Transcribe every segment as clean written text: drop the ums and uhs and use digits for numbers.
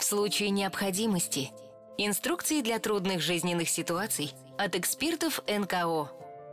случае необходимости. Инструкции для трудных жизненных ситуаций от экспертов НКО.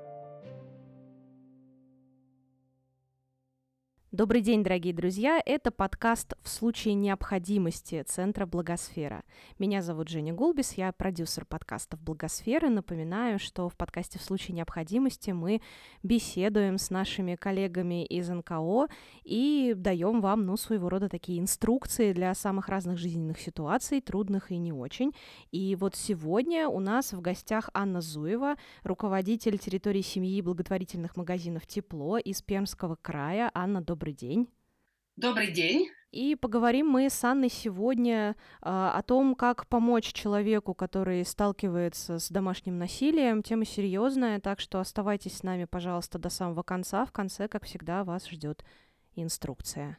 Добрый день, дорогие друзья! Это подкаст «В случае необходимости» Центра Благосфера. Меня зовут Женя Гулбис, я продюсер подкастов Благосферы. Напоминаю, что в подкасте «В случае необходимости» мы беседуем с нашими коллегами из НКО и даем вам, своего рода такие инструкции для самых разных жизненных ситуаций, трудных и не очень. И вот сегодня у нас в гостях Анна Зуева, руководитель территории семьи благотворительных магазинов «Тепло» из Пермского края. Анна, добрый день. Добрый день. И поговорим мы с Анной сегодня о том, как помочь человеку, который сталкивается с домашним насилием. Тема серьезная, так что оставайтесь с нами, пожалуйста, до самого конца. В конце, как всегда, вас ждет инструкция.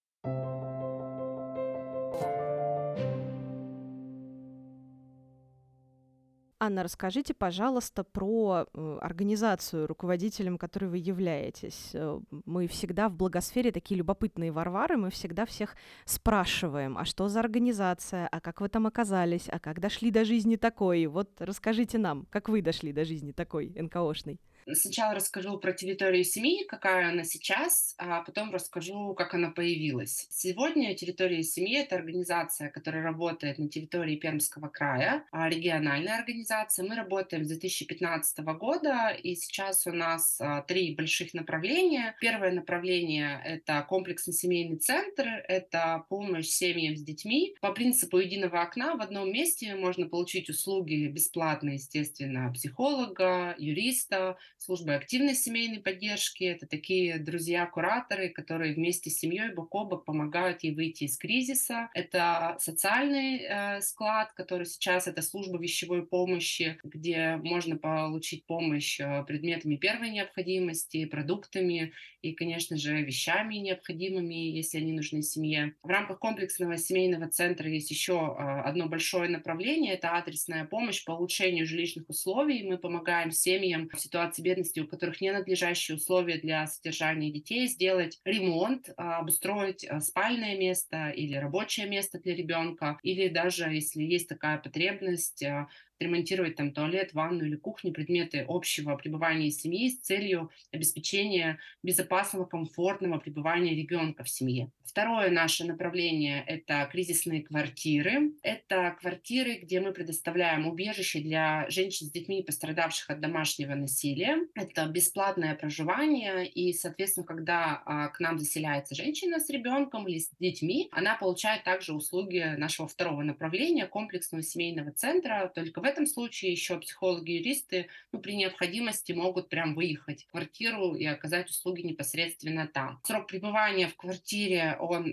Анна, расскажите, пожалуйста, про организацию, руководителем которой вы являетесь. Мы всегда в Благосфере такие любопытные варвары, мы всегда всех спрашиваем, а что за организация, а как вы там оказались, а как дошли до жизни такой? Вот расскажите нам, как вы дошли до жизни такой НКОшной. Сначала расскажу про территорию семьи, какая она сейчас, а потом расскажу, как она появилась. Сегодня территория семьи — это организация, которая работает на территории Пермского края, региональная организация. Мы работаем с 2015 года, и сейчас у нас 3 больших направления. Первое направление — это комплексный семейный центр, это помощь семьям с детьми. По принципу единого окна в одном месте можно получить услуги бесплатно, естественно, психолога, юриста, службы активной семейной поддержки. Это такие друзья-кураторы, которые вместе с семьей бок о бок помогают ей выйти из кризиса. Это социальный склад, который сейчас это служба вещевой помощи, где можно получить помощь предметами первой необходимости, продуктами и, конечно же, вещами необходимыми, если они нужны семье. В рамках комплексного семейного центра есть еще одно большое направление. Это адресная помощь по улучшению жилищных условий. Мы помогаем семьям в ситуации бедности, у которых ненадлежащие условия для содержания детей, сделать ремонт, обустроить спальное место или рабочее место для ребенка, или даже, если есть такая потребность, ремонтировать там туалет, ванну или кухню, предметы общего пребывания семьи с целью обеспечения безопасного, комфортного пребывания ребенка в семье. Второе наше направление — это кризисные квартиры. Это квартиры, где мы предоставляем убежище для женщин с детьми, пострадавших от домашнего насилия. Это бесплатное проживание, и, соответственно, когда к нам заселяется женщина с ребенком или с детьми, она получает также услуги нашего второго направления, комплексного семейного центра. Только в этом случае еще психологи и юристы при необходимости могут прям выехать в квартиру и оказать услуги непосредственно там. Срок пребывания в квартире, он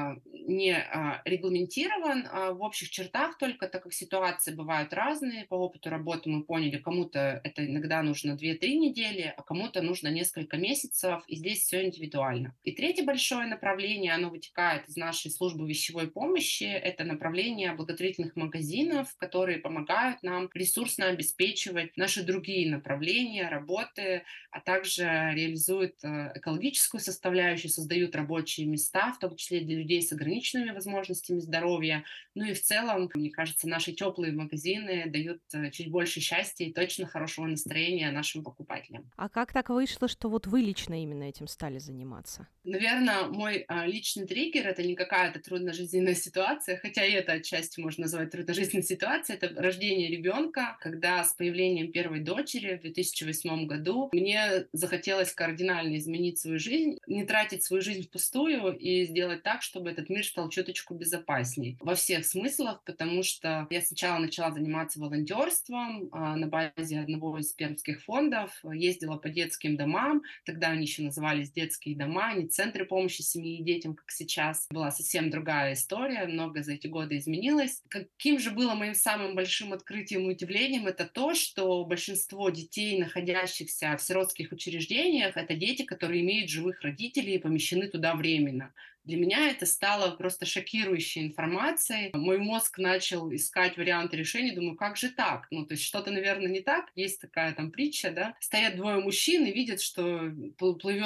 не регламентирован в общих чертах только, так как ситуации бывают разные. По опыту работы мы поняли, кому-то это иногда нужно 2-3 недели, а кому-то нужно несколько месяцев, и здесь все индивидуально. И третье большое направление, оно вытекает из нашей службы вещевой помощи, это направление благотворительных магазинов, которые помогают нам ресурсно обеспечивать наши другие направления работы, а также реализуют экологическую составляющую, создают рабочие места, в том числе для людей с ограниченными возможностями здоровья. И в целом, мне кажется, наши теплые магазины дают чуть больше счастья и точно хорошего настроения нашим покупателям. А как так вышло, что вот вы лично именно этим стали заниматься? Наверное, мой личный триггер — это не какая-то трудножизненная ситуация, хотя и это отчасти можно назвать трудножизненной ситуацией. Это рождение ребенка, когда с появлением первой дочери в 2008 году мне захотелось кардинально изменить свою жизнь, не тратить свою жизнь впустую и сделать так, чтобы этот мир стал чуточку безопасней во всех смыслах, потому что я сначала начала заниматься волонтерством на базе одного из пермских фондов, ездила по детским домам, тогда они еще назывались детские дома, не центры помощи семье и детям, как сейчас. Была совсем другая история, много за эти годы изменилось. Каким же было моим самым большим открытием и удивлением — это то, что большинство детей, находящихся в сиротских учреждениях, это дети, которые имеют живых родителей и помещены туда временно. Для меня это стало просто шокирующей информацией. Мой мозг начал искать варианты решения. Думаю, как же так? То есть что-то, наверное, не так. Есть такая притча, да? Стоят двое мужчин и видят, что плывет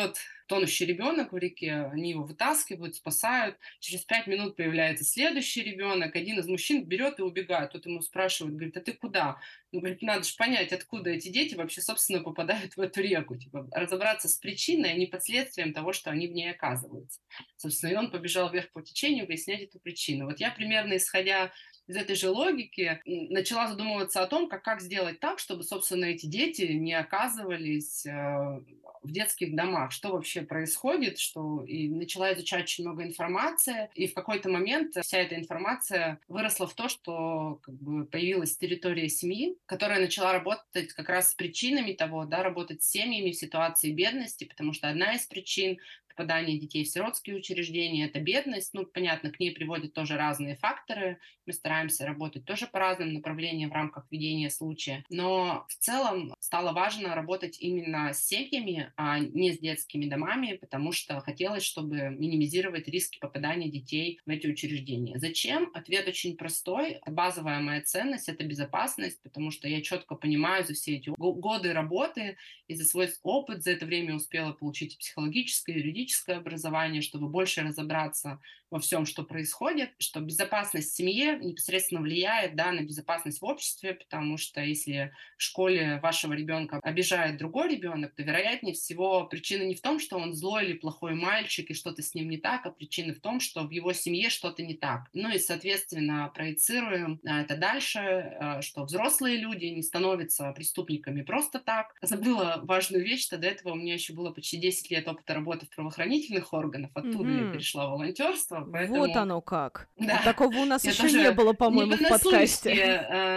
тонущий ребенок в реке, они его вытаскивают, спасают. Через 5 минут появляется следующий ребенок, один из мужчин берет и убегает. Тот ему спрашивает, говорит, а ты куда? Ну, говорит, надо же понять, откуда эти дети вообще, собственно, попадают в эту реку. Типа, разобраться с причиной, а не последствием того, что они в ней оказываются. Собственно, и он побежал вверх по течению выяснять эту причину. Вот я примерно, исходя из этой же логики, начала задумываться о том, как сделать так, чтобы, собственно, эти дети не оказывались в детских домах. Что вообще происходит, и начала изучать очень много информации, и в какой-то момент вся эта информация выросла в то, что как бы появилась территория семьи, которая начала работать как раз с причинами того, да, работать с семьями в ситуации бедности, потому что одна из причин попадания детей в сиротские учреждения — это бедность. Ну, понятно, к ней приводят тоже разные факторы. Мы стараемся работать тоже по разным направлениям в рамках ведения случая. Но в целом стало важно работать именно с семьями, а не с детскими домами, потому что хотелось, чтобы минимизировать риски попадания детей в эти учреждения. Зачем? Ответ очень простой. Базовая моя ценность — это безопасность, потому что я четко понимаю за все эти годы работы и за свой опыт за это время успела получить психологическое, юридическое образование, чтобы больше разобраться во всем, что происходит, что безопасность в семье непосредственно влияет, да, на безопасность в обществе, потому что если в школе вашего ребенка обижает другой ребенок, то, вероятнее всего, причина не в том, что он злой или плохой мальчик и что-то с ним не так, а причина в том, что в его семье что-то не так. Ну и, соответственно, проецируем это дальше, что взрослые люди не становятся преступниками просто так. Забыла важную вещь, что до этого у меня еще было почти 10 лет опыта работы в правоохранительных органах, оттуда я Мгм. перешла в волонтерство, Вот поэтому оно как. да, Такого у нас я еще не тоже было, не по-моему, в подкасте. понаслышке,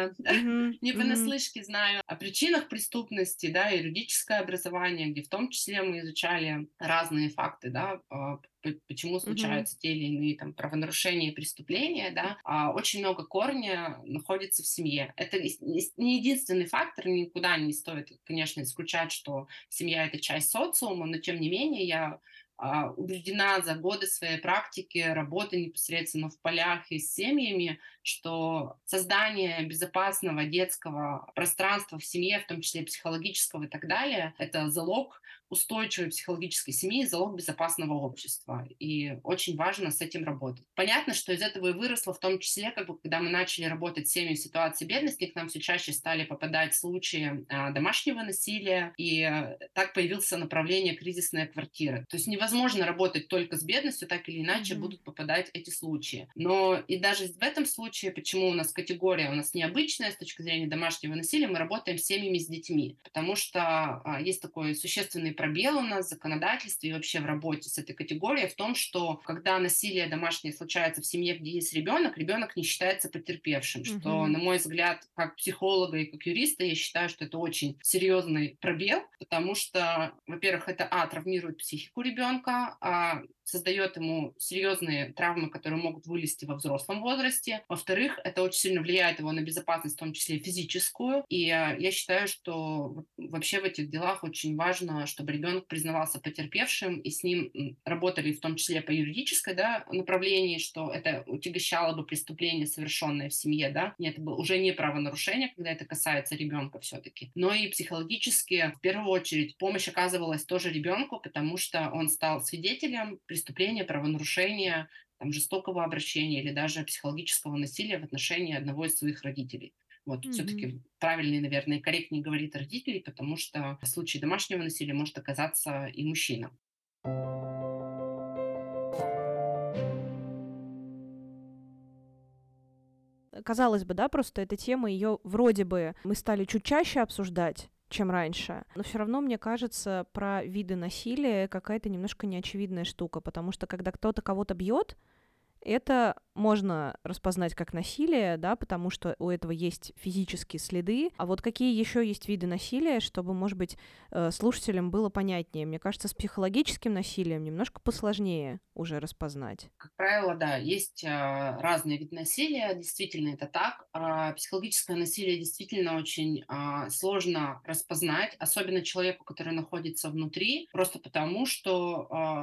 Мгм, не мгм, понаслышке знаю о причинах преступности, да, юридическое образование, где в том числе мы изучали разные факты, да, почему мгм. случаются те или иные там правонарушения и преступления, да, очень много корня находится в семье. Это не единственный фактор, никуда не стоит, конечно, исключать, что семья — это часть социума, но тем не менее я убеждена за годы своей практики, работы непосредственно в полях и с семьями, что создание безопасного детского пространства в семье, в том числе психологического и так далее, это залог устойчивой психологической семьи, залог безопасного общества. И очень важно с этим работать. Понятно, что из этого и выросло, в том числе, как бы, когда мы начали работать с семьями в ситуации бедности, к нам все чаще стали попадать случаи домашнего насилия, и так появилось направление кризисная квартира. То есть невозможно работать только с бедностью, так или иначе Мгм. будут попадать эти случаи. Но и даже в этом случае, почему у нас категория у нас необычная с точки зрения домашнего насилия, мы работаем с семьями с детьми, потому что есть такой существенный пробел у нас в законодательстве и вообще в работе с этой категорией в том, что когда насилие домашнее случается в семье, где есть ребенок, ребенок не считается потерпевшим, что, Мгм. на мой взгляд, как психолога и как юриста, я считаю, что это очень серьезный пробел, потому что, во-первых, это травмирует психику ребенка, создает ему серьезные травмы, которые могут вылезти во взрослом возрасте. Во-вторых, это очень сильно влияет его на безопасность, в том числе физическую. И я считаю, что вообще в этих делах очень важно, чтобы ребенок признавался потерпевшим, и с ним работали в том числе по юридической, да, направлении, что это утягощало бы преступление, совершенное в семье, да, и это было уже не правонарушение, когда это касается ребенка все-таки, но и психологически, в первую очередь, помощь оказывалась тоже ребенку, потому что он стал свидетелем преступления, правонарушения, там, жестокого обращения или даже психологического насилия в отношении одного из своих родителей. Вот, Мгм. все-таки правильнее, наверное, и корректнее говорит родителей, потому что в случае домашнего насилия может оказаться и мужчина. Казалось бы, да, просто эта тема, ее вроде бы мы стали чуть чаще обсуждать, чем раньше, но все равно, мне кажется, про виды насилия какая-то немножко неочевидная штука, потому что когда кто-то кого-то бьет, это можно распознать как насилие, да, потому что у этого есть физические следы. А вот какие еще есть виды насилия, чтобы, может быть, слушателям было понятнее? Мне кажется, с психологическим насилием немножко посложнее уже распознать. Как правило, да, есть разные виды насилия, действительно это так. Психологическое насилие действительно очень сложно распознать, особенно человеку, который находится внутри, просто потому что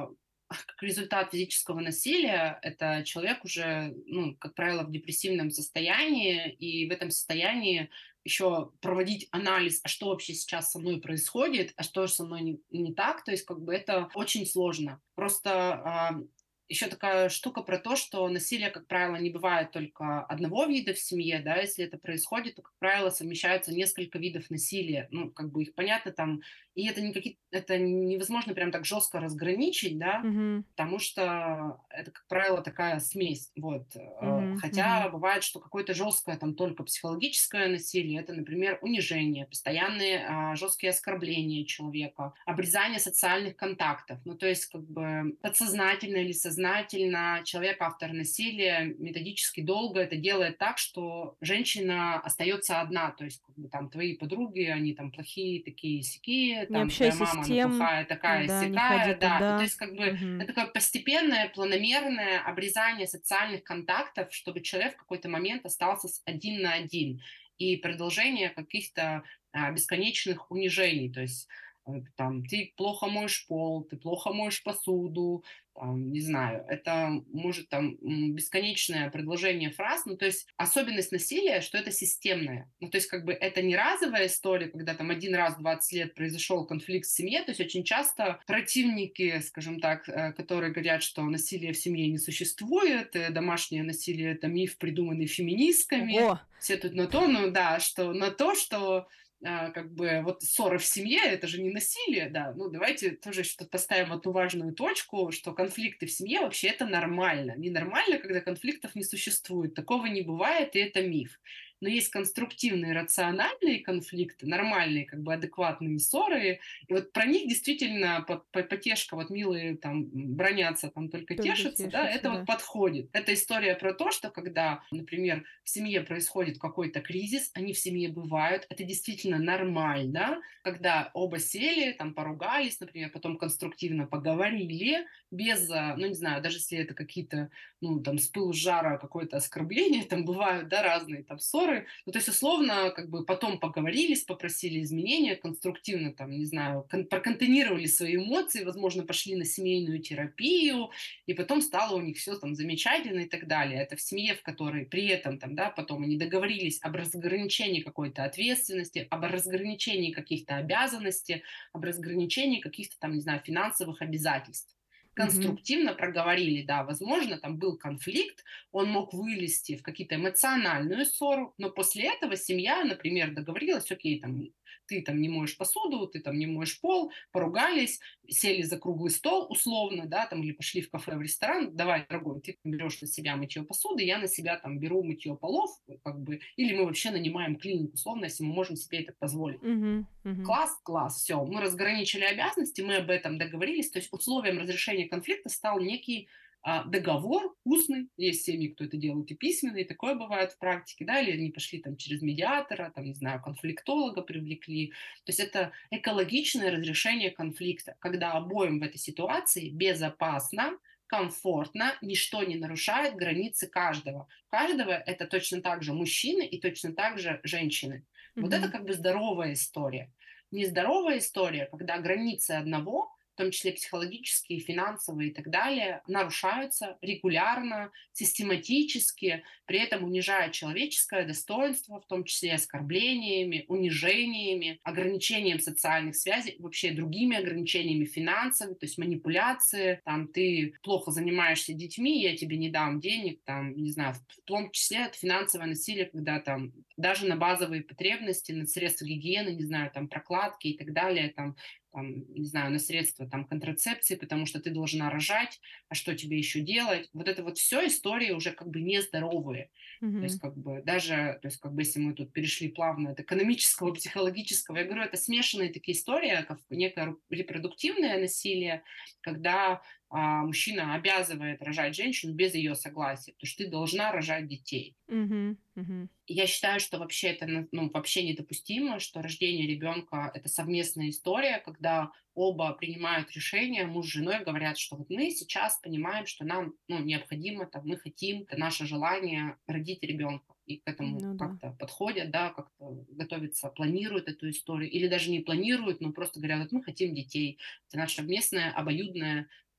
как результат физического насилия, это человек уже, ну, как правило, в депрессивном состоянии, и в этом состоянии еще проводить анализ, а что вообще сейчас со мной происходит, а что же со мной не так, то есть как бы это очень сложно. Просто еще такая штука про то, что насилие, как правило, не бывает только одного вида в семье, да, если это происходит, то, как правило, совмещаются несколько видов насилия, ну, как бы их понятно там, и это, это невозможно прям так жестко разграничить, да, Мгм. потому что это, как правило, такая смесь, вот. Мгм. Хотя Мгм. бывает, что какое-то жесткое, там, только психологическое насилие, это, например, унижение, постоянные жесткие оскорбления человека, обрезание социальных контактов. Ну, то есть, как бы, подсознательно или сознательно человек, автор насилия, методически долго это делает так, что женщина остается одна, то есть, как бы, там, твои подруги, они там плохие, такие сякие, Не там, твоя общайся с мама, она тем, плохая, такая, да, не ходи сякая, да. Ну, то туда. есть, как бы, Мгм. это такое постепенное, планомерное обрезание социальных контактов, чтобы человек в какой-то момент остался один на один. И продолжение каких-то бесконечных унижений. То есть там, ты плохо моешь пол, ты плохо моешь посуду, там, не знаю, это может там бесконечное предложение фраз, ну, то есть особенность насилия, что это системное, ну, то есть как бы это не разовая история, когда там один раз в 20 лет произошел конфликт в семье, то есть очень часто противники, скажем так, которые говорят, что насилие в семье не существует, домашнее насилие — это миф, придуманный феминистками, Ого! все тут на то, ну да, что на то, что как бы вот ссоры в семье — это же не насилие, да. Ну, давайте тоже что-то поставим одну важную точку, что конфликты в семье вообще это нормально. Ненормально, когда конфликтов не существует. Такого не бывает, и это миф. Но есть конструктивные, рациональные конфликты, нормальные, как бы адекватные ссоры. И вот про них действительно потешка, вот милые там бронятся, там только Только тешатся, да, тешится, это вот да. подходит. Это история про то, что когда, например, в семье происходит какой-то кризис, они в семье бывают, это действительно нормально, когда оба сели, там поругались, например, потом конструктивно поговорили, без, ну не знаю, даже если это какие-то, ну там с пылу с жара какое-то оскорбление, там бывают, да, разные там ссоры, ну то есть условно как бы потом поговорились, попросили изменения, конструктивно там, не знаю, проконтейнировали свои эмоции, возможно, пошли на семейную терапию, и потом стало у них все там замечательно и так далее. Это в семье, в которой при этом там, да, потом они договорились об разграничении какой-то ответственности, об разграничении каких-то обязанностей, об разграничении каких-то там, не знаю, финансовых обязательств. Мгм. Конструктивно проговорили, да, возможно, там был конфликт, он мог вылезти в какие-то эмоциональную ссору, но после этого семья, например, договорилась, окей, там, ты там не моешь посуду, ты там не моешь пол, поругались, сели за круглый стол условно, да, там, или пошли в кафе, в ресторан, давай, дорогой, ты берешь на себя мытье посуды, я на себя там беру мытье полов, как бы, или мы вообще нанимаем клинику, условно, если мы можем себе это позволить. Мгм. Мгм. Класс, класс, все, мы разграничили обязанности, мы об этом договорились, то есть условием разрешения конфликта стал некий договор устный, есть семьи, кто это делает и письменный, и такое бывает в практике, да, или они пошли там через медиатора, там, не знаю, конфликтолога привлекли, то есть это экологичное разрешение конфликта, когда обоим в этой ситуации безопасно, комфортно, ничто не нарушает границы каждого. Каждого — это точно так же мужчины и точно так же женщины. Вот это Мгм. как бы здоровая история. Нездоровая история, когда границы одного, в том числе психологические, финансовые и так далее, нарушаются регулярно, систематически, при этом унижая человеческое достоинство, в том числе оскорблениями, унижениями, ограничением социальных связей, вообще другими ограничениями финансовыми, то есть манипуляции, там ты плохо занимаешься детьми, я тебе не дам денег, там, не знаю, в том числе это финансовое насилие, когда там даже на базовые потребности, на средства гигиены, не знаю, там прокладки и так далее, там, не знаю, на средства там контрацепции, потому что ты должна рожать, а что тебе еще делать? Вот это вот все истории уже как бы нездоровые. То есть Мгм. как бы даже, то есть как бы если мы тут перешли плавно от экономического, психологического, я говорю, это смешанные такие истории, как некое репродуктивное насилие, когда мужчина обязывает рожать женщину без ее согласия, потому что ты должна рожать детей. Мгм. Мгм. Я считаю, что вообще это ну, вообще недопустимо, что рождение ребенка — это совместная история, когда оба принимают решение, муж с женой говорят, что вот мы сейчас понимаем, что нам ну, необходимо, там, мы хотим, это наше желание родить ребенка. И к этому Ну да. как-то подходят, да, как-то готовятся, планируют эту историю. Или даже не планируют, но просто говорят, вот мы хотим детей. Это наша совместная, обоюдная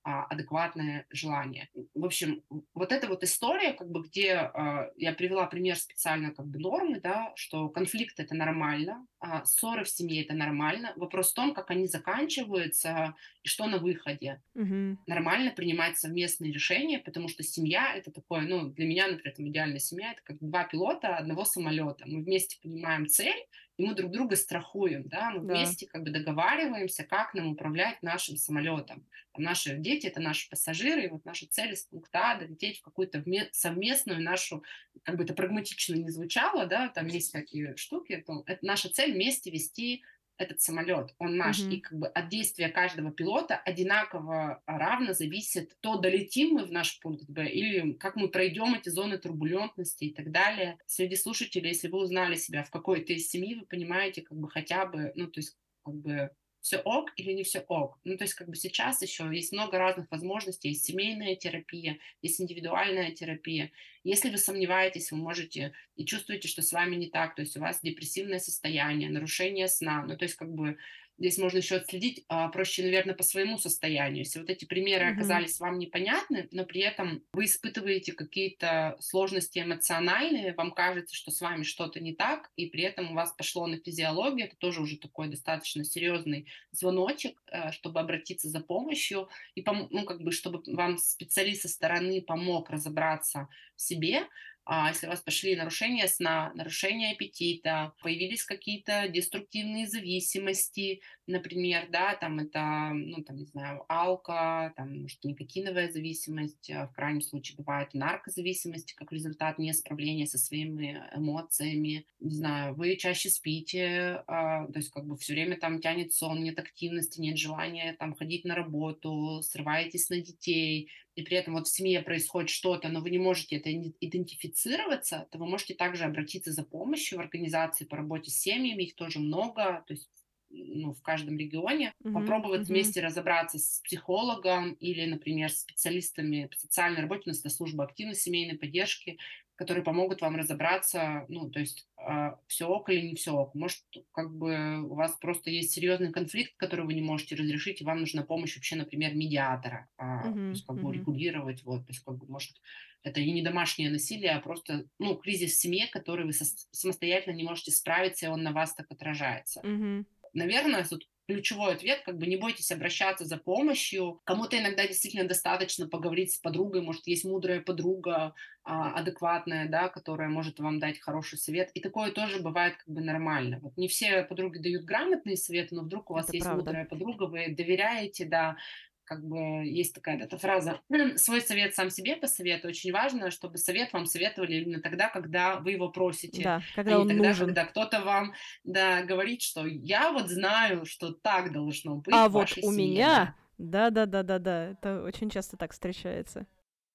адекватное желание. В общем, вот эта вот история, как бы, где я привела пример специально как бы нормы, да, что конфликт — это нормально, ссоры в семье — это нормально. Вопрос в том, как они заканчиваются и что на выходе. Мгм. Нормально принимать совместные решения, потому что семья — это такое, ну, для меня, например, там идеальная семья — это как два пилота одного самолета. Мы вместе понимаем цель, и мы друг друга страхуем, да, мы Да. вместе как бы договариваемся, как нам управлять нашим самолетом. Там наши дети — это наши пассажиры, и вот наша цель из пункта А долететь в какую-то совместную нашу, как бы это прагматично не звучало, да, там есть такие штуки, то это наша цель — вместе вести этот самолет, он наш. И Мгм. как бы от действия каждого пилота одинаково равно зависит, то долетим мы в наш пункт Б или как мы пройдем эти зоны турбулентности и так далее. Среди слушателей, если вы узнали себя в какой-то из семьи, вы понимаете как бы хотя бы, ну, то есть как бы все ок или не все ок. Ну, то есть как бы сейчас еще есть много разных возможностей. Есть семейная терапия, есть индивидуальная терапия. Если вы сомневаетесь, вы можете и чувствуете, что с вами не так, то есть у вас депрессивное состояние, нарушение сна, ну, то есть как бы здесь можно еще отследить, проще, наверное, по своему состоянию. Если вот эти примеры Мгм. оказались вам непонятны, но при этом вы испытываете какие-то сложности эмоциональные, вам кажется, что с вами что-то не так, и при этом у вас пошло на физиологию, это тоже уже такой достаточно серьезный звоночек, чтобы обратиться за помощью, и, ну, как бы, чтобы вам специалист со стороны помог разобраться в себе. Если у вас пошли нарушения сна, нарушение аппетита, появились какие-то деструктивные зависимости, например, да, там это, ну, там, не знаю, алко, там, может, никотиновая зависимость, в крайнем случае бывает наркозависимость, как результат несправления со своими эмоциями, не знаю, вы чаще спите, то есть как бы все время там тянет сон, нет активности, нет желания там ходить на работу, срываетесь на детей, и при этом вот в семье происходит что-то, но вы не можете это идентифицироваться, то вы можете также обратиться за помощью в организации по работе с семьями, их тоже много, то есть, ну, в каждом регионе, Мгм. попробовать Мгм. вместе разобраться с психологом или, например, с специалистами по социальной работе, у нас это служба активной семейной поддержки, которые помогут вам разобраться, ну, то есть все ок или не все ок. Может, как бы у вас просто есть серьезный конфликт, который вы не можете разрешить, и вам нужна помощь вообще, например, медиатора, то Мгм. есть как бы Мгм. урегулировать, вот, то есть как бы, может, это и не домашнее насилие, а просто, ну, кризис в семье, который вы самостоятельно не можете справиться, и он на вас так отражается. Мгм. Наверное, тут ключевой ответ, как бы не бойтесь обращаться за помощью. Кому-то иногда действительно достаточно поговорить с подругой, может, есть мудрая подруга, адекватная, да, которая может вам дать хороший совет. И такое тоже бывает как бы нормально. Вот не все подруги дают грамотные советы, но вдруг у вас Это есть правда. мудрая подруга, вы доверяете, да, как бы есть такая эта фраза «свой совет сам себе посоветуй». Очень важно, чтобы совет вам советовали именно тогда, когда вы его просите, Да, а когда не он тогда, нужен. когда кто-то вам, да, говорит, что я вот знаю, что так должно быть А в вот вашей у семье, меня, да. да-да-да-да-да, это очень часто так встречается.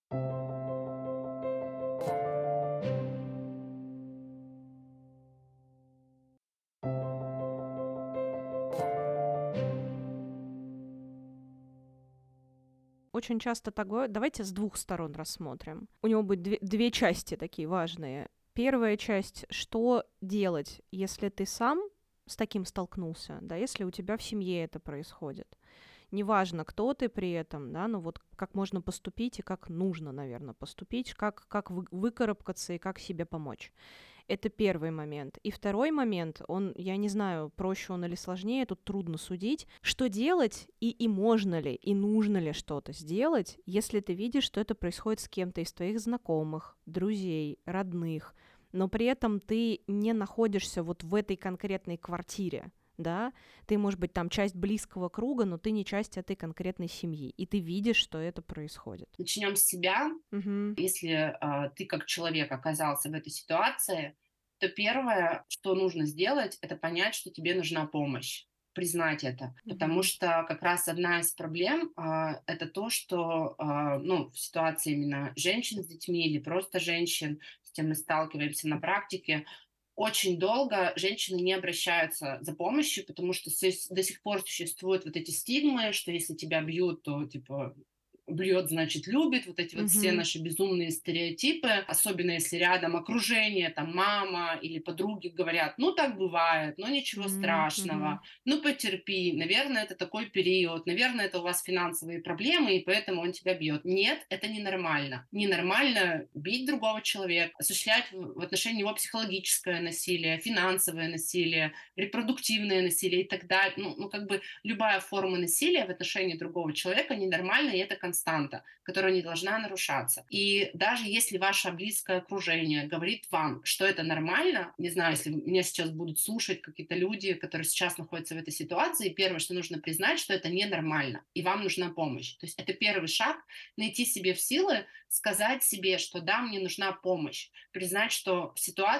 Очень часто такое. Давайте с двух сторон рассмотрим. У него будет две части такие важные. Первая часть, что делать, если ты сам с таким столкнулся, да, если у тебя в семье это происходит. Неважно, кто ты при этом, да, но вот как можно поступить и как нужно, наверное, поступить, как выкарабкаться и как себе помочь. Это первый момент. И второй момент, он, я не знаю, проще он или сложнее, тут трудно судить. Что делать и можно ли, и нужно ли что-то сделать, если ты видишь, что это происходит с кем-то из твоих знакомых, друзей, родных, но при этом ты не находишься вот в этой конкретной квартире, да, ты, может быть, там часть близкого круга, но ты не часть этой конкретной семьи, и ты видишь, что это происходит. Начнем с себя. Мгм. Если ты как человек оказался в этой ситуации, то первое, что нужно сделать, это понять, что тебе нужна помощь, признать это. Потому Мгм. что как раз одна из проблем это то, что ну, в ситуации именно женщин с детьми или просто женщин, с тем мы сталкиваемся на практике, очень долго женщины не обращаются за помощью, потому что до сих пор существуют вот эти стигмы, что если тебя бьют, то типа бьет, значит, любит, вот эти вот все Мгм. наши безумные стереотипы, особенно если рядом окружение, там мама или подруги говорят, ну так бывает, ну ничего Мгм. страшного, ну потерпи, наверное, это такой период, наверное, это у вас финансовые проблемы, и поэтому он тебя бьет. Нет, это ненормально. Ненормально бить другого человека, осуществлять в отношении него психологическое насилие, финансовое насилие, репродуктивное насилие и так далее. Ну, как бы любая форма насилия в отношении другого человека ненормальна, и это константа, которая не должна нарушаться. И даже если ваше близкое окружение говорит вам, что это нормально, не знаю, если меня сейчас будут слушать какие-то люди, которые сейчас находятся в этой ситуации, первое, что нужно признать, что это ненормально, и вам нужна помощь. То есть это первый шаг — найти себе в силы, сказать себе, что да, мне нужна помощь, признать, что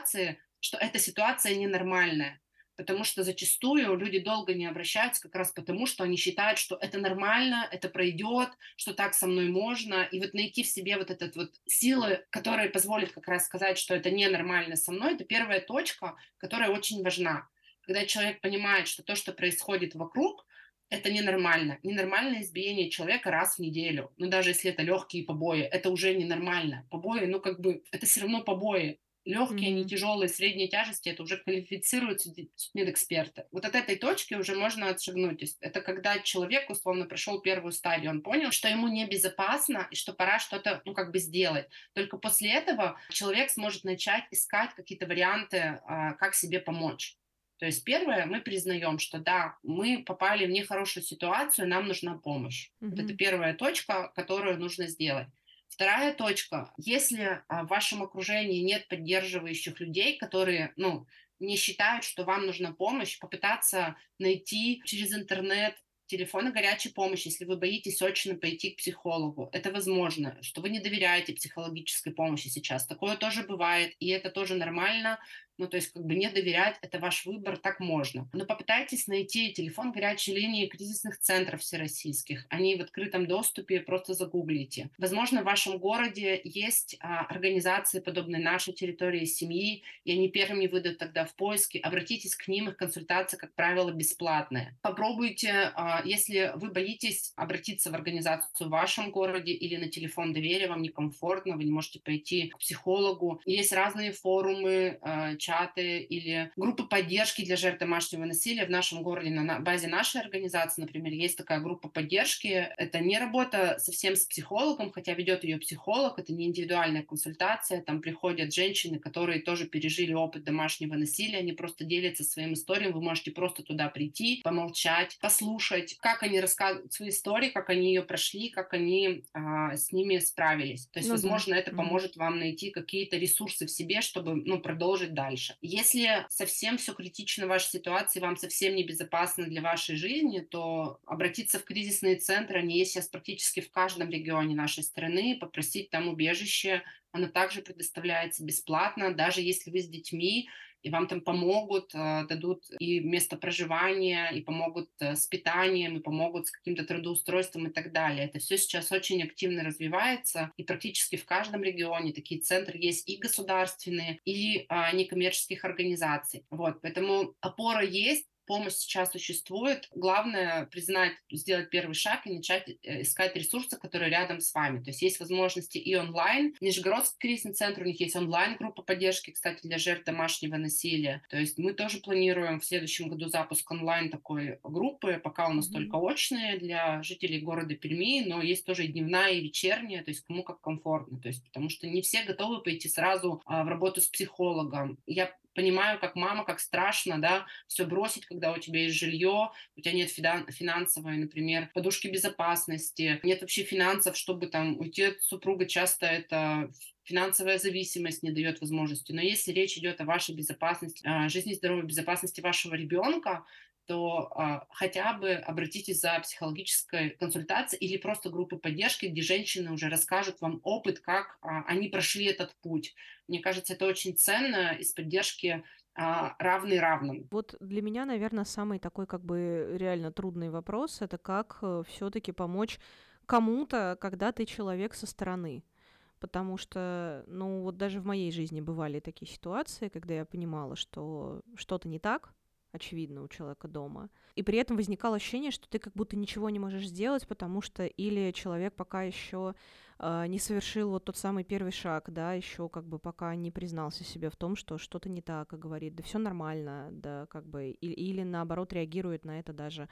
что эта ситуация ненормальная. Потому что зачастую люди долго не обращаются как раз потому, что они считают, что это нормально, это пройдет, что так со мной можно. И вот найти в себе вот этот вот силы, которые позволят как раз сказать, что это ненормально со мной, это первая точка, которая очень важна. Когда человек понимает, что то, что происходит вокруг, это ненормально. Ненормальное избиение человека раз в неделю. Ну, даже если это легкие побои, это уже ненормально. Побои, ну, как бы, это все равно побои. Легкие, они Мгм. тяжелые, средней тяжести, это уже квалифицируют судмедэксперты. Вот от этой точки уже можно отшагнуть. То есть это когда человек, условно, прошел первую стадию, он понял, что ему небезопасно и что пора что-то, ну, как бы сделать. Только после этого человек сможет начать искать какие-то варианты, как себе помочь. То есть первое, мы признаем, что да, мы попали в нехорошую ситуацию, нам нужна помощь. Вот это Мгм. первая точка, которую нужно сделать. Вторая точка. Если в вашем окружении нет поддерживающих людей, которые, ну, не считают, что вам нужна помощь, попытаться найти через интернет телефоны горячей помощи, если вы боитесь очно пойти к психологу. Это возможно, что вы не доверяете психологической помощи сейчас. Такое тоже бывает, и это тоже нормально. Ну, то есть, как бы не доверять — это ваш выбор, так можно. Но попытайтесь найти телефон горячей линии кризисных центров всероссийских. Они в открытом доступе, просто загуглите. Возможно, в вашем городе есть организации, подобные нашей территории семьи, и они первыми выйдут тогда в поиске. Обратитесь к ним, их консультация, как правило, бесплатная. Попробуйте, если вы боитесь обратиться в организацию в вашем городе или на телефон доверия, вам некомфортно, вы не можете пойти к психологу. Есть разные форумы, чаты или группы поддержки для жертв домашнего насилия. В нашем городе на базе нашей организации, например, есть такая группа поддержки. Это не работа совсем с психологом, хотя ведет ее психолог, это не индивидуальная консультация. Там приходят женщины, которые тоже пережили опыт домашнего насилия, они просто делятся своим историей. Вы можете просто туда прийти, помолчать, послушать, как они рассказывают свои истории, как они ее прошли, как они с ними справились. То есть, Ну да. возможно, это Мгм. поможет вам найти какие-то ресурсы в себе, чтобы, ну, продолжить дальше. Если совсем все критично в вашей ситуации, вам совсем небезопасно для вашей жизни, то обратиться в кризисные центры, они есть сейчас практически в каждом регионе нашей страны, попросить там убежище. Оно также предоставляется бесплатно, даже если вы с детьми, и вам там помогут, дадут и место проживания, и помогут с питанием, и помогут с каким-то трудоустройством и так далее. Это все сейчас очень активно развивается, и практически в каждом регионе такие центры есть и государственные, и некоммерческих организаций. Вот, поэтому опора есть. Помощь сейчас существует. Главное признать, сделать первый шаг и начать искать ресурсы, которые рядом с вами. То есть есть возможности и онлайн. Нижегородский кризисный центр, у них есть онлайн-группа поддержки, кстати, для жертв домашнего насилия. То есть мы тоже планируем в следующем году запуск онлайн такой группы. Пока у нас Мгм. только очные для жителей города Перми, но есть тоже и дневная, и вечерняя, то есть кому как комфортно. То есть потому что не все готовы пойти сразу в работу с психологом. Я понимаю, как мама, как страшно, да, все бросить, когда у тебя есть жилье, у тебя нет финансовой, например, подушки безопасности, нет вообще финансов, чтобы там уйти от супруга. Часто это финансовая зависимость не дает возможности. Но если речь идет о вашей безопасности, жизни, здоровья, безопасности вашего ребенка, то хотя бы обратитесь за психологической консультацией или просто группы поддержки, где женщины уже расскажут вам опыт, как они прошли этот путь. Мне кажется, это очень ценно из поддержки равный равному. Вот для меня, наверное, самый такой как бы реально трудный вопрос — это как все-таки помочь кому-то, когда ты человек со стороны. Потому что, ну, вот даже в моей жизни бывали такие ситуации, когда я понимала, что что-то не так, очевидно, у человека дома. И при этом возникало ощущение, что ты как будто ничего не можешь сделать, потому что или человек пока еще не совершил вот тот самый первый шаг, да, еще как бы пока не признался себе в том, что что-то не так, и говорит, да все нормально, да, как бы, или наоборот реагирует на это даже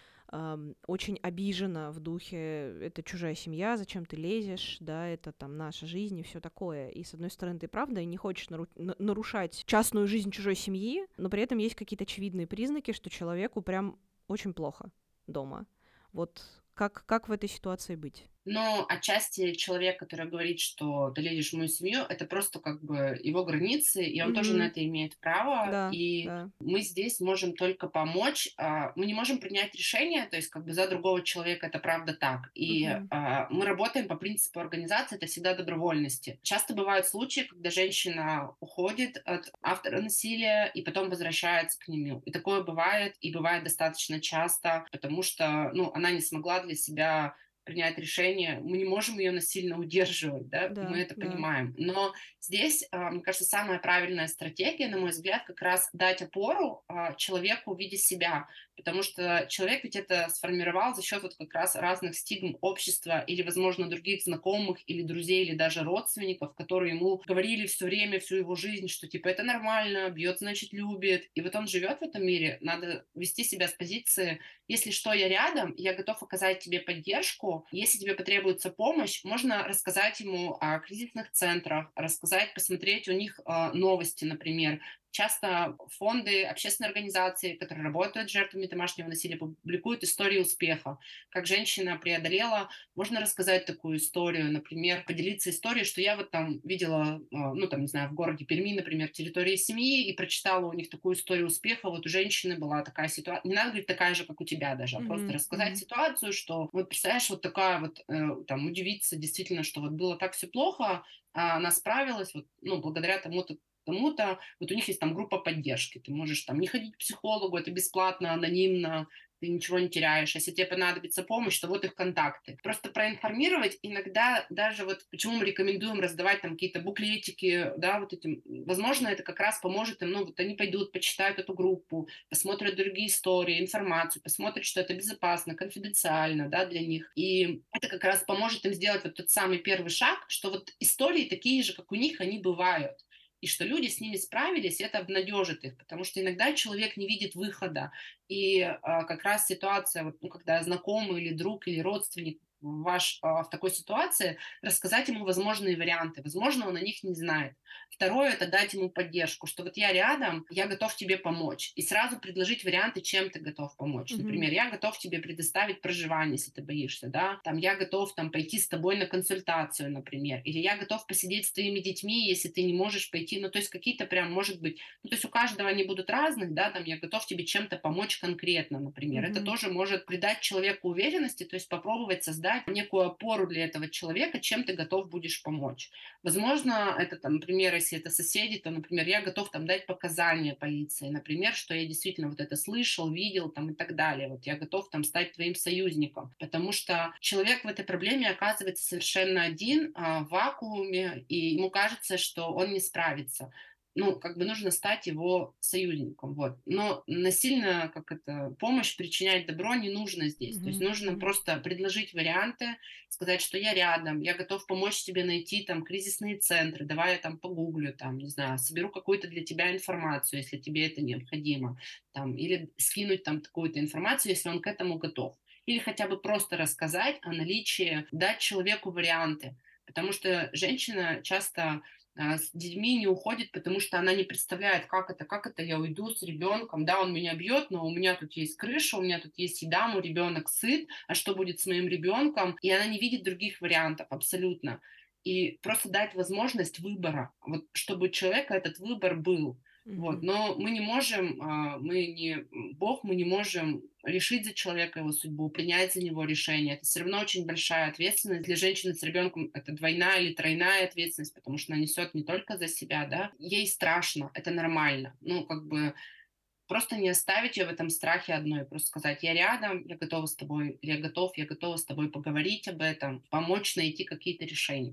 очень обижена в духе, это чужая семья, зачем ты лезешь, да, это там наша жизнь и все такое. И с одной стороны, ты правда не хочешь нарушать частную жизнь чужой семьи, но при этом есть какие-то очевидные признаки, что человеку прям очень плохо дома. Вот как в этой ситуации быть? Но отчасти человек, который говорит, что ты лезешь в мою семью, это просто как бы его границы, и он тоже на Мгм. это имеет право. Да, И да. мы здесь можем только помочь. Мы не можем принять решение, то есть как бы за другого человека это правда так. И Мгм. мы работаем по принципу организации, это всегда добровольности. Часто бывают случаи, когда женщина уходит от автора насилия и потом возвращается к нему. И такое бывает, и бывает достаточно часто, потому что, ну, она не смогла для себя принять решение. Мы не можем ее насильно удерживать, да, и мы Да, это да. понимаем. Но здесь, мне кажется, самая правильная стратегия, на мой взгляд, как раз дать опору человеку в виде себя, потому что человек ведь это сформировал за счет вот как раз разных стигм общества или, возможно, других знакомых или друзей, или даже родственников, которые ему говорили все время, всю его жизнь, что типа это нормально, бьет, значит, любит. И вот он живет в этом мире, надо вести себя с позиции: если что, я рядом, я готов оказать тебе поддержку. Если тебе потребуется помощь, можно рассказать ему о кризисных центрах, рассказать, посмотреть у них новости, например. Часто фонды, общественные организации, которые работают с жертвами домашнего насилия, публикуют истории успеха, как женщина преодолела. Можно рассказать такую историю, например, поделиться историей, что я вот там видела, ну там, не знаю, в городе Перми, например, территории семьи, и прочитала у них такую историю успеха. Вот у женщины была такая ситуация, не надо говорить такая же, как у тебя даже, а просто Мгм. рассказать Мгм. ситуацию, что вот представляешь, вот такая вот, там, удивиться действительно, что вот было так все плохо, а она справилась, вот, ну, благодаря тому-то, тому-то, вот у них есть там группа поддержки, ты можешь там не ходить к психологу, это бесплатно, анонимно, ты ничего не теряешь. Если тебе понадобится помощь, то вот их контакты. Просто проинформировать иногда даже вот почему мы рекомендуем раздавать там какие-то буклетики, да, вот этим. Возможно, это как раз поможет им, ну, вот они пойдут, почитают эту группу, посмотрят другие истории, информацию, посмотрят, что это безопасно, конфиденциально, да, для них. И это как раз поможет им сделать вот тот самый первый шаг, что вот истории такие же, как у них, они бывают. И что люди с ними справились, это обнадежит их, потому что иногда человек не видит выхода, и как раз ситуация, вот, ну, когда знакомый или друг или родственник ваш в такой ситуации, рассказать ему возможные варианты. Возможно, он о них не знает. Второе — это дать ему поддержку, что вот я рядом, я готов тебе помочь. И сразу предложить варианты, чем ты готов помочь. Мгм. Например, я готов тебе предоставить проживание, если ты боишься, да. Там я готов там пойти с тобой на консультацию, например. Или я готов посидеть с твоими детьми, если ты не можешь пойти. Ну, то есть какие-то прям, может быть, ну, то есть у каждого они будут разных, да, там я готов тебе чем-то помочь конкретно, например. Это Мгм. тоже может придать человеку уверенности, то есть попробовать создать некую опору для этого человека, чем ты готов будешь помочь. Возможно, это там, например, если это соседи, то, например, я готов там дать показания полиции, например, что я действительно вот это слышал, видел там и так далее. Вот я готов там стать твоим союзником, потому что человек в этой проблеме оказывается совершенно один, в вакууме, и ему кажется, что он не справится. Ну, как бы нужно стать его союзником, вот. Но насильно, как это, помощь причинять добро не нужно здесь. То есть Мгм. нужно Мгм. просто предложить варианты, сказать, что я рядом, я готов помочь тебе найти там кризисные центры, давай я там погуглю, там, не знаю, соберу какую-то для тебя информацию, если тебе это необходимо, там, или скинуть там какую-то информацию, если он к этому готов. Или хотя бы просто рассказать о наличии, дать человеку варианты. Потому что женщина часто с детьми не уходит, потому что она не представляет, как это я уйду с ребенком, да, он меня бьет, но у меня тут есть крыша, у меня тут есть еда, мой ребенок сыт, а что будет с моим ребенком? И она не видит других вариантов абсолютно. И просто дать возможность выбора, вот, чтобы у человека этот выбор был. Вот. Мгм. Но мы не можем, мы не Бог, мы не можем решить за человека его судьбу, принять за него решение. Это все равно очень большая ответственность. Для женщины с ребенком это двойная или тройная ответственность, потому что она несет не только за себя, да. Ей страшно, это нормально. Ну, как бы просто не оставить ее в этом страхе одной, просто сказать: я рядом, я готова с тобой, или я готова с тобой поговорить об этом, помочь найти какие-то решения.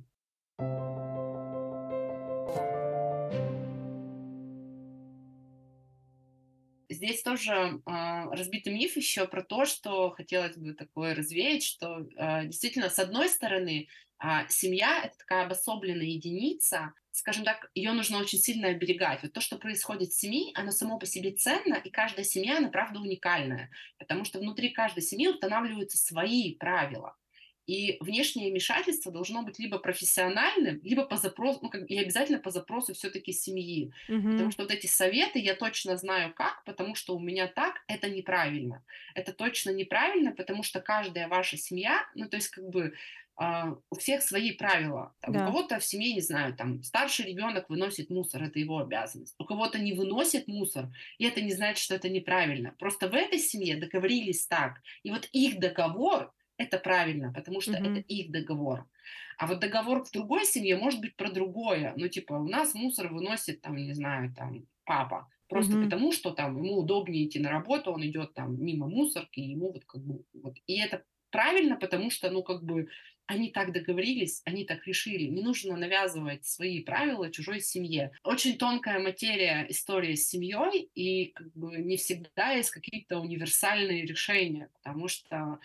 здесь тоже разбитый миф еще про то, что хотелось бы такое развеять, что действительно, с одной стороны, семья — это такая обособленная единица, скажем так, ее нужно очень сильно оберегать. Вот то, что происходит в семье, оно само по себе ценно, и каждая семья, она правда уникальная, потому что внутри каждой семьи устанавливаются свои правила. И внешнее вмешательство должно быть либо профессиональным, либо по запросу, ну, и обязательно по запросу все-таки семьи. Потому Мгм. что вот эти советы я точно знаю как, потому что у меня так, это неправильно. Это точно неправильно, потому что каждая ваша семья, ну, то есть как бы у всех свои правила. Там, у Да. кого-то в семье, не знаю, там старший ребенок выносит мусор, это его обязанность. У кого-то не выносит мусор, и это не значит, что это неправильно. Просто в этой семье договорились так. И вот их договор — это правильно, потому что это Мгм. их договор. А вот договор в другой семье может быть про другое. Ну, типа, у нас мусор выносит, там, не знаю, там, папа. Просто Мгм. потому, что там ему удобнее идти на работу, он идет там мимо мусорки, и ему вот как бы вот. И это правильно, потому что, ну, как бы они так договорились, они так решили. Не нужно навязывать свои правила чужой семье. Очень тонкая материя, история с семьей, и как бы не всегда есть какие-то универсальные решения, потому что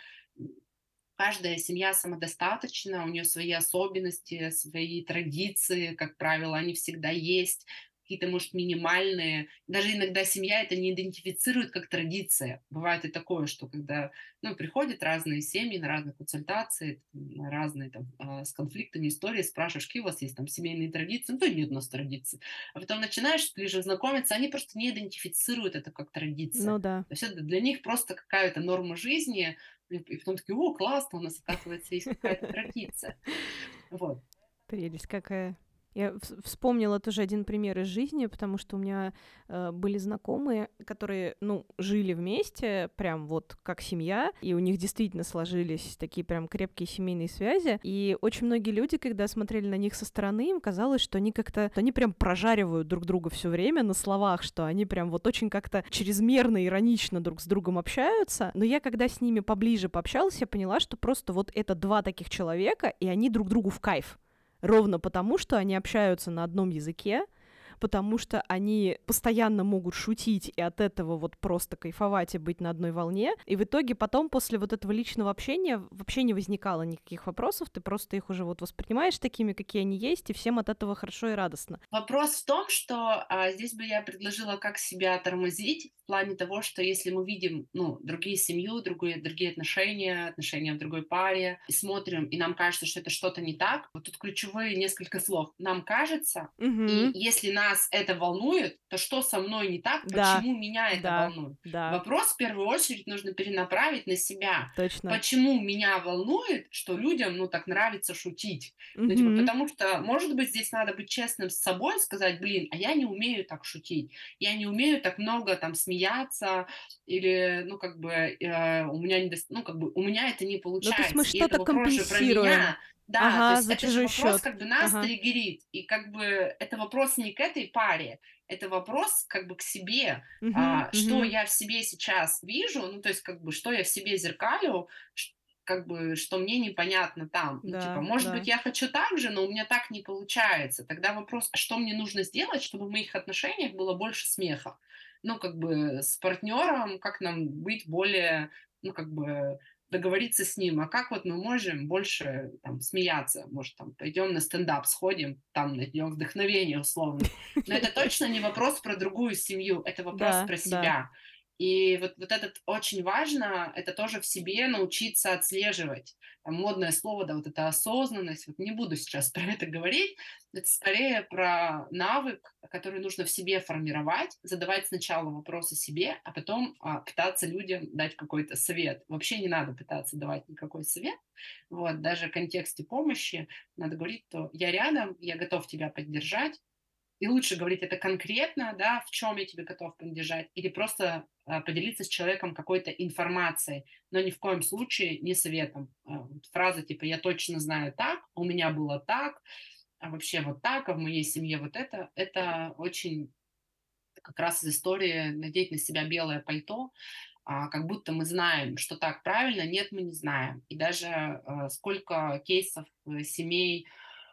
каждая семья самодостаточна, у нее свои особенности, свои традиции, как правило, они всегда есть, какие-то, может, минимальные. Даже иногда семья это не идентифицирует как традиция. Бывает и такое, что когда ну, приходят разные семьи на разные консультации, на разные там, с конфликтами истории, спрашиваешь, какие у вас есть там семейные традиции, ну, то нет у нас традиций. А потом начинаешь ближе знакомиться, они просто не идентифицируют это как традиция. Ну да. То есть это для них просто какая-то норма жизни, и потом такие: "О, классно, у нас, оказывается, есть какая-то традиция". Вот. Прелесть какая. Я вспомнила тоже один пример из жизни, потому что у меня были знакомые, которые, ну, жили вместе, прям вот как семья, и у них действительно сложились такие прям крепкие семейные связи. И очень многие люди, когда смотрели на них со стороны, им казалось, что они как-то, они прям прожаривают друг друга все время на словах, что они прям вот очень как-то чрезмерно иронично друг с другом общаются. Но я, когда с ними поближе пообщалась, я поняла, что просто вот это два таких человека, и они друг другу в кайф. Ровно потому, что они общаются на одном языке, потому что они постоянно могут шутить и от этого вот просто кайфовать и быть на одной волне. И в итоге потом после вот этого личного общения вообще не возникало никаких вопросов, ты просто их уже вот воспринимаешь такими, какие они есть, и всем от этого хорошо и радостно. Вопрос в том, что, здесь бы я предложила, как себя тормозить в плане того, что если мы видим, ну, другие семью, другие отношения, отношения в другой паре, и смотрим, и нам кажется, что это что-то не так, вот тут ключевые несколько слов. Нам кажется, и Угу. если нас это волнует, то что со мной не так, Да, почему меня это да, волнует? да, Вопрос в первую очередь нужно перенаправить на себя. точно. Почему меня волнует, что людям, ну, так нравится шутить? Ну, типа, Угу. потому что, может быть, здесь надо быть честным с собой, сказать: "Блин, а я не умею так шутить, я не умею так много там смеяться", или, ну, как бы, у меня ну, как бы, у меня это не Ну, то есть мы получается, и это что-то вопрос же про компенсируем. меня. Да, то Ага, есть за это же чужой вопрос счет. как бы нас Ага. триггерит, и как бы это вопрос не к этой паре, это вопрос как бы к себе. Угу, Что угу. я в себе сейчас вижу, ну, то есть как бы что я в себе зеркалю, как бы, что мне непонятно там. Ну, типа, Да, может быть, да. я хочу так же, но у меня так не получается. Тогда вопрос, а что мне нужно сделать, чтобы в моих отношениях было больше смеха? Ну, как бы с партнером, как нам быть более, ну, как бы договориться с ним, а как вот мы можем больше там смеяться, может, там пойдем на стендап сходим, там найдем вдохновение условно. Но это точно не вопрос про другую семью, это вопрос Да, про да. себя. И вот этот очень важно, это тоже в себе научиться отслеживать. Там модное слово, да, вот эта осознанность. Вот не буду сейчас про это говорить. Это скорее про навык, который нужно в себе формировать, задавать сначала вопросы себе, а потом пытаться людям дать какой-то совет. Вообще не надо пытаться давать никакой совет. Вот, даже в контексте помощи надо говорить, что я рядом, я готов тебя поддержать, и лучше говорить это конкретно, да, в чем я тебе готов поддержать, или просто поделиться с человеком какой-то информацией, но ни в коем случае не советом. Вот фраза типа «я точно знаю так», «у меня было так», «а вообще вот так», «а в моей семье вот это очень как раз из истории надеть на себя белое пальто, как будто мы знаем, что так правильно. Нет, мы не знаем. И даже сколько кейсов семей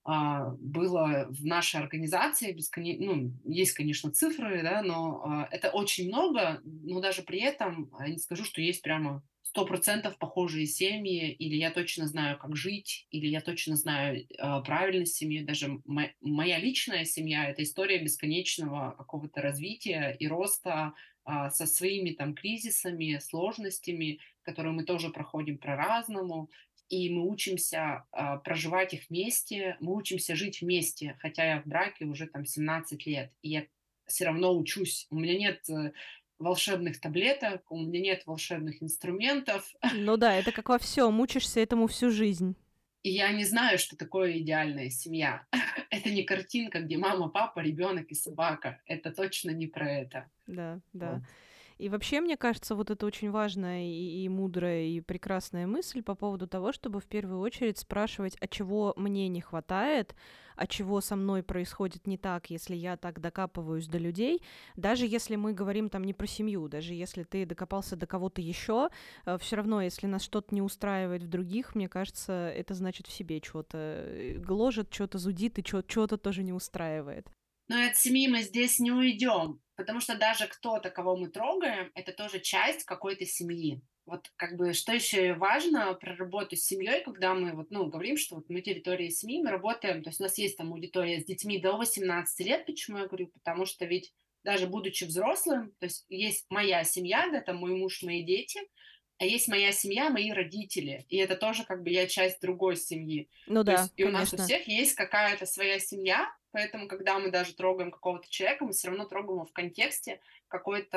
было в нашей организации, ну, есть, конечно, цифры, да, но это очень много, но даже при этом не скажу, что есть прямо 100% похожие семьи, или я точно знаю, как жить, или я точно знаю правильность семьи. Даже моя личная семья — это история бесконечного какого-то развития и роста со своими там кризисами, сложностями, которые мы тоже проходим по-разному. И мы учимся проживать их вместе, мы учимся жить вместе, хотя я в браке уже там 17 лет, и я все равно учусь. У меня нет волшебных таблеток, у меня нет волшебных инструментов, Ну да, это как во всем, учишься этому всю жизнь. и я не знаю, что такое идеальная семья. Это не картинка, где мама, папа, ребенок и собака. Это точно не про это. Да, да. Вот. И вообще, мне кажется, вот это очень важная и мудрая, и прекрасная мысль по поводу того, чтобы в первую очередь спрашивать, а чего мне не хватает, а чего со мной происходит не так, если я так докапываюсь до людей, даже если мы говорим там не про семью, даже если ты докопался до кого-то еще, все равно, если нас что-то не устраивает в других, мне кажется, это значит в себе что-то гложет, что-то зудит и что-то тоже не устраивает. Но от семьи мы здесь не уйдем, потому что даже кто-то, кого мы трогаем, это тоже часть какой-то семьи. Вот как бы что еще важно про работу с семьей, когда мы вот, ну, говорим, что вот мы территория семьи, мы работаем, то есть у нас есть там аудитория с детьми до 18 лет, почему я говорю, потому что ведь даже будучи взрослым, то есть моя семья, да, там мой муж, мои дети, а есть моя семья, мои родители, и это тоже как бы я часть другой семьи. Ну То да, есть и у нас у конечно. всех есть какая-то своя семья, поэтому когда мы даже трогаем какого-то человека, мы все равно трогаем его в контексте какой-то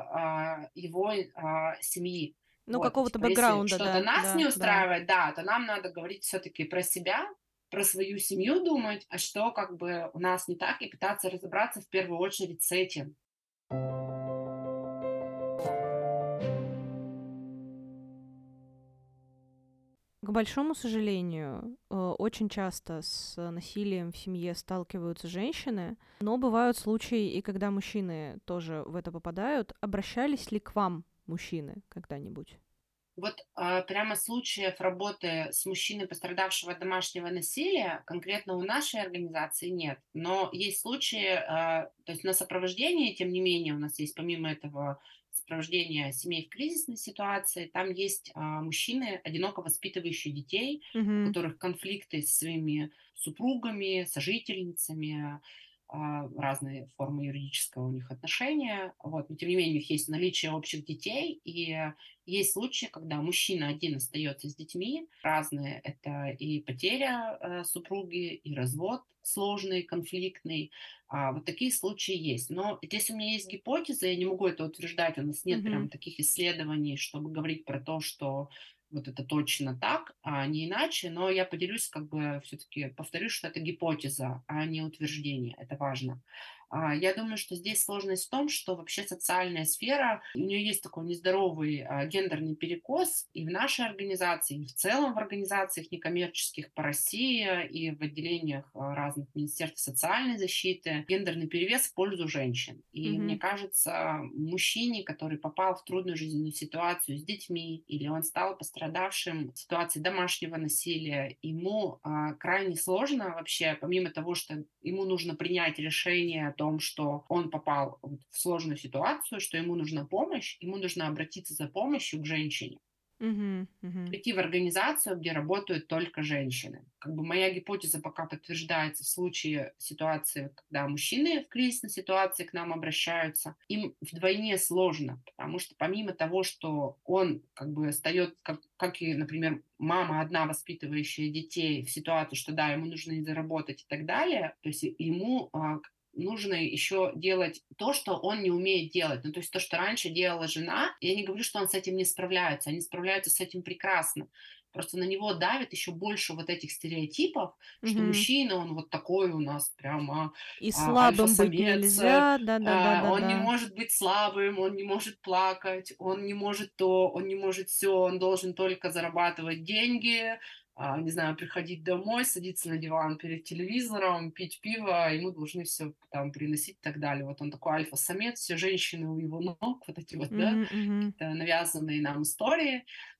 его семьи. Ну, Вот, и какого-то типа, если бэкграунда, что-то да, нас не да, да. устраивает, да, то нам надо говорить все-таки про себя, про свою семью думать, а что как бы у нас не так, и пытаться разобраться в первую очередь с этим. К большому сожалению, очень часто с насилием в семье сталкиваются женщины, но бывают случаи и когда мужчины тоже в это попадают. Обращались ли к вам мужчины когда-нибудь? Вот прямо случаев работы с мужчиной, пострадавшего от домашнего насилия, конкретно у нашей организации нет. Но есть случаи, то есть на сопровождении, тем не менее, у нас есть помимо этого сопровождения семей в кризисной ситуации, там есть мужчины, одиноко воспитывающие детей, у Мгм. которых конфликты с своими супругами, сожительницами, разные формы юридического у них отношения. Вот. Но тем не менее, у них есть наличие общих детей, и есть случаи, когда мужчина один остается с детьми. Разные. Это и потеря супруги, и развод сложный, конфликтный. Вот такие случаи есть. Но здесь у меня есть гипотеза, я не могу это утверждать, у нас нет Мгм. прям таких исследований, чтобы говорить про то, что вот это точно так, а не иначе, но я поделюсь, как бы все-таки повторюсь, что это гипотеза, а не утверждение, это важно. Я думаю, что здесь сложность в том, что вообще социальная сфера, у нее есть такой нездоровый гендерный перекос и в нашей организации, и в целом в организациях некоммерческих по России, и в отделениях разных министерств социальной защиты. Гендерный перевес в пользу женщин. И мне Мгм. кажется, мужчине, который попал в трудную жизненную ситуацию с детьми, или он стал пострадавшим в ситуации домашнего насилия, ему крайне сложно вообще, помимо того, что ему нужно принять решение о том, что он попал вот в сложную ситуацию, что ему нужна помощь, ему нужно обратиться за помощью к женщине, Мгм. Мгм. прийти в организацию, где работают только женщины. Как бы моя гипотеза пока подтверждается в случае ситуации, когда мужчины в кризисной ситуации к нам обращаются. Им вдвойне сложно, потому что помимо того, что он как бы встает, как и, например, мама одна, воспитывающая детей, в ситуации, что да, ему нужно и заработать и так далее, то есть ему нужно еще делать то, что он не умеет делать. Ну, то есть то, что раньше делала жена, я не говорю, что он с этим не справляется, они справляются с этим прекрасно. Просто на него давит еще больше вот этих стереотипов, что Мгм. мужчина, он вот такой у нас прямо И слабым быть альфа-самец, нельзя. он не Да-да-да-да-да. может быть слабым, он не может плакать, он не может то, он не может все, он должен только зарабатывать деньги, не знаю, приходить домой, садиться на диван перед телевизором, пить пиво, ему должны все там приносить и так далее. Вот он такой альфа-самец, все женщины у его ног, вот эти вот, да, Мгм. Мгм. какие-то навязанные нам истории.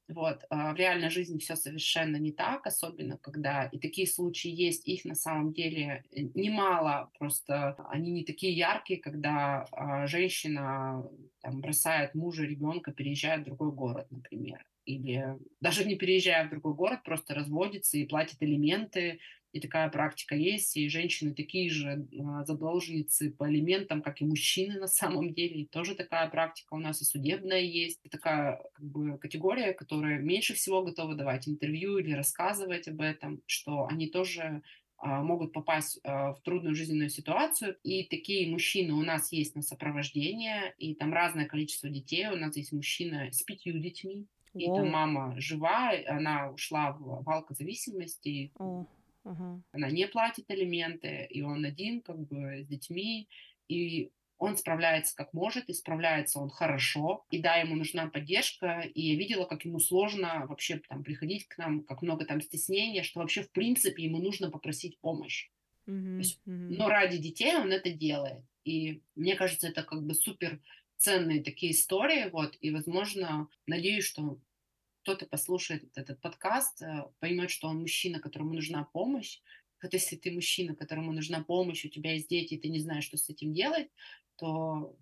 Вот. В реальной жизни все совершенно не так, особенно когда и такие случаи есть, их на самом деле немало, просто они не такие яркие, когда женщина там, бросает мужа, ребенка, переезжает в другой город, например. Или даже не переезжая в другой город, просто разводится и платит алименты. И такая практика есть, и женщины такие же задолженницы по алиментам, как и мужчины на самом деле. И тоже такая практика у нас и судебная есть. И такая как бы категория, которая меньше всего готова давать интервью или рассказывать об этом, что они тоже могут попасть в трудную жизненную ситуацию. И такие мужчины у нас есть на сопровождение, и там разное количество детей. У нас есть мужчина с 5 детьми, и там Воу. мама жива, она ушла в алкозависимость, и О, ага. она не платит алименты, и он один как бы с детьми, и он справляется как может, и справляется он хорошо, и да, ему нужна поддержка, и я видела, как ему сложно вообще там приходить к нам, как много там стеснения, что вообще в принципе ему нужно попросить помощь. То Мгм, есть, мгм. но ради детей он это делает. И мне кажется, это как бы супер ценные такие истории, вот, и, возможно, надеюсь, что кто-то послушает этот подкаст, поймет, что он мужчина, которому нужна помощь. Вот если ты мужчина, которому нужна помощь, у тебя есть дети, и ты не знаешь, что с этим делать, то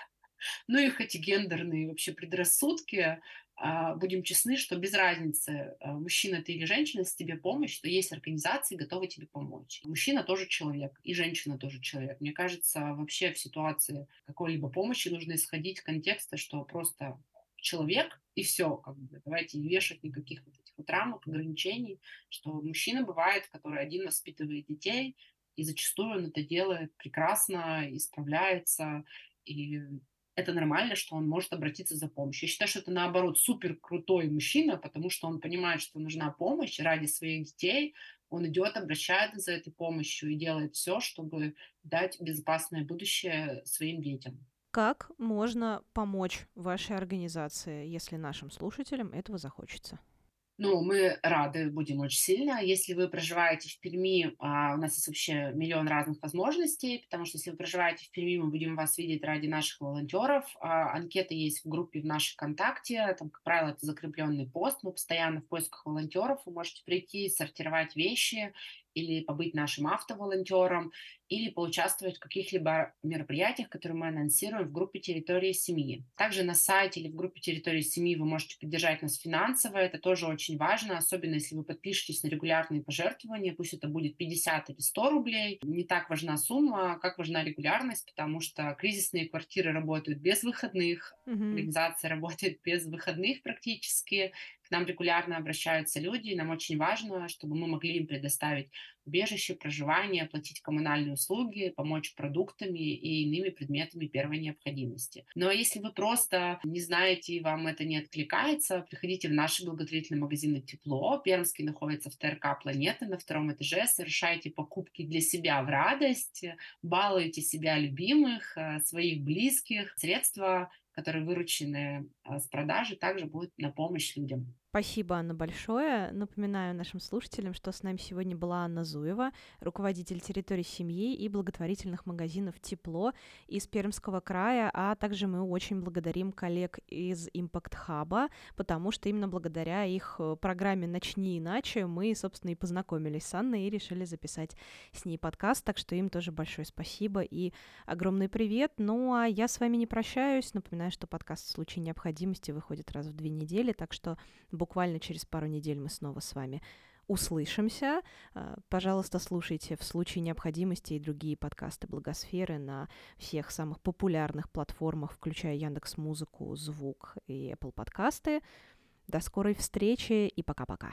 ну их эти гендерные вообще предрассудки, будем честны, что без разницы, мужчина ты или женщина, если тебе помощь, то есть организации, готовы тебе помочь. Мужчина тоже человек, и женщина тоже человек. Мне кажется, вообще в ситуации какой-либо помощи нужно исходить из контекста, что просто человек, и все, как бы, давайте не вешать никаких вот этих вот рамок, ограничений, что мужчина бывает, который один воспитывает детей, и зачастую он это делает прекрасно, и справляется, и это нормально, что он может обратиться за помощью. Я считаю, что это, наоборот, супер крутой мужчина, потому что он понимает, что нужна помощь ради своих детей. Он идет, обращается за этой помощью и делает все, чтобы дать безопасное будущее своим детям. Как можно помочь вашей организации, если нашим слушателям этого захочется? Ну, мы рады будем очень сильно. Если вы проживаете в Перми, у нас есть вообще миллион разных возможностей, потому что если вы проживаете в Перми, мы будем вас видеть ради наших волонтеров. Анкеты есть в группе в нашей ВКонтакте. Там, как правило, это закрепленный пост. Мы постоянно в поисках волонтеров. Вы можете прийти, сортировать вещи или побыть нашим автоволонтером, или поучаствовать в каких-либо мероприятиях, которые мы анонсируем в группе «Территория семьи». Также на сайте или в группе «Территория семьи» вы можете поддержать нас финансово. Это тоже очень важно, особенно если вы подпишетесь на регулярные пожертвования. Пусть это будет 50 или 100 рублей. Не так важна сумма, как важна регулярность, потому что кризисные квартиры работают без выходных, Мгм. организация работает без выходных практически. К нам регулярно обращаются люди, и нам очень важно, чтобы мы могли им предоставить убежище, проживание, оплатить коммунальные услуги, помочь продуктами и иными предметами первой необходимости. Но если вы просто не знаете и вам это не откликается, приходите в наши благотворительные магазины «Тепло». Пермский находится в ТРК «Планета» на 2-м этаже. Совершайте покупки для себя в радость, балуйте себя любимых, своих близких. Средства, которые выручены с продажи, также будут на помощь людям. Спасибо, Анна, большое. Напоминаю нашим слушателям, что с нами сегодня была Анна Зуева, руководитель территории семьи и благотворительных магазинов «Тепло» из Пермского края, а также мы очень благодарим коллег из Impact Hub, потому что именно благодаря их программе «Начни иначе» мы, собственно, и познакомились с Анной и решили записать с ней подкаст, так что им тоже большое спасибо и огромный привет. Ну, а я с вами не прощаюсь. Напоминаю, что подкаст «В случае необходимости» выходит раз в 2 недели, так что буквально через пару недель мы снова с вами услышимся. Пожалуйста, слушайте «В случае необходимости» и другие подкасты Благосферы на всех самых популярных платформах, включая Яндекс.Музыку, Звук и Apple подкасты. До скорой встречи и пока-пока.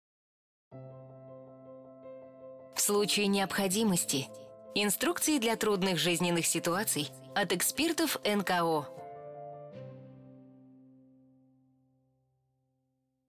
В случае необходимости. Инструкции для трудных жизненных ситуаций от экспертов НКО.